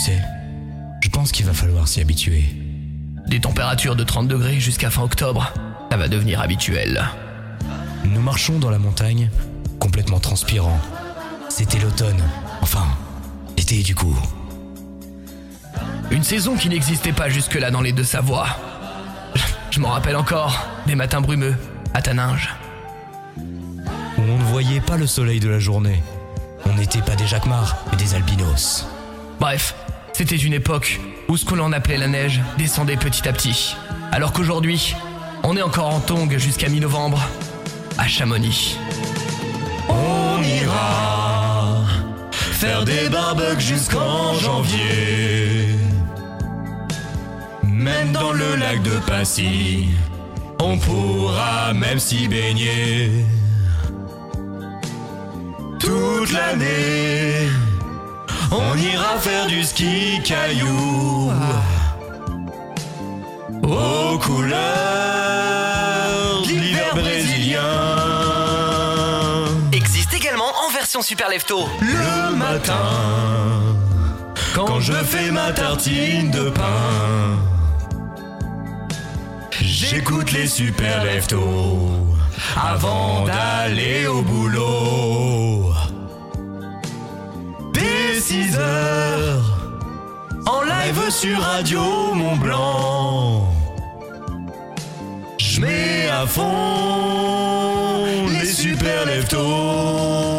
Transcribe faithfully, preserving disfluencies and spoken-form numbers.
sais, je pense qu'il va falloir s'y habituer. Des températures de trente degrés jusqu'à fin octobre, ça va devenir habituel. Nous marchons dans la montagne, complètement transpirants. C'était l'automne, enfin, l'été du coup. Une saison qui n'existait pas jusque-là dans les Deux-Savoies. Je, je m'en rappelle encore, des matins brumeux, à Taninges. Où on ne voyait pas le soleil de la journée. On n'était pas des Jacquemart, mais des albinos. Bref, c'était une époque où ce que l'on appelait la neige descendait petit à petit. Alors qu'aujourd'hui, on est encore en tongs jusqu'à mi-novembre, à Chamonix. On ira faire des barbecues jusqu'en janvier. Même dans le lac de Passy, on pourra même s'y baigner. Toute l'année, on ira faire du ski caillou aux couleurs de l'hiver brésilien. Existe également en version Super Lefto. Le matin, quand je fais ma tartine de pain, j'écoute les Super Lefto avant d'aller au boulot. Dès six heures, en live sur Radio Mont Blanc, je mets à fond les Super Lefto.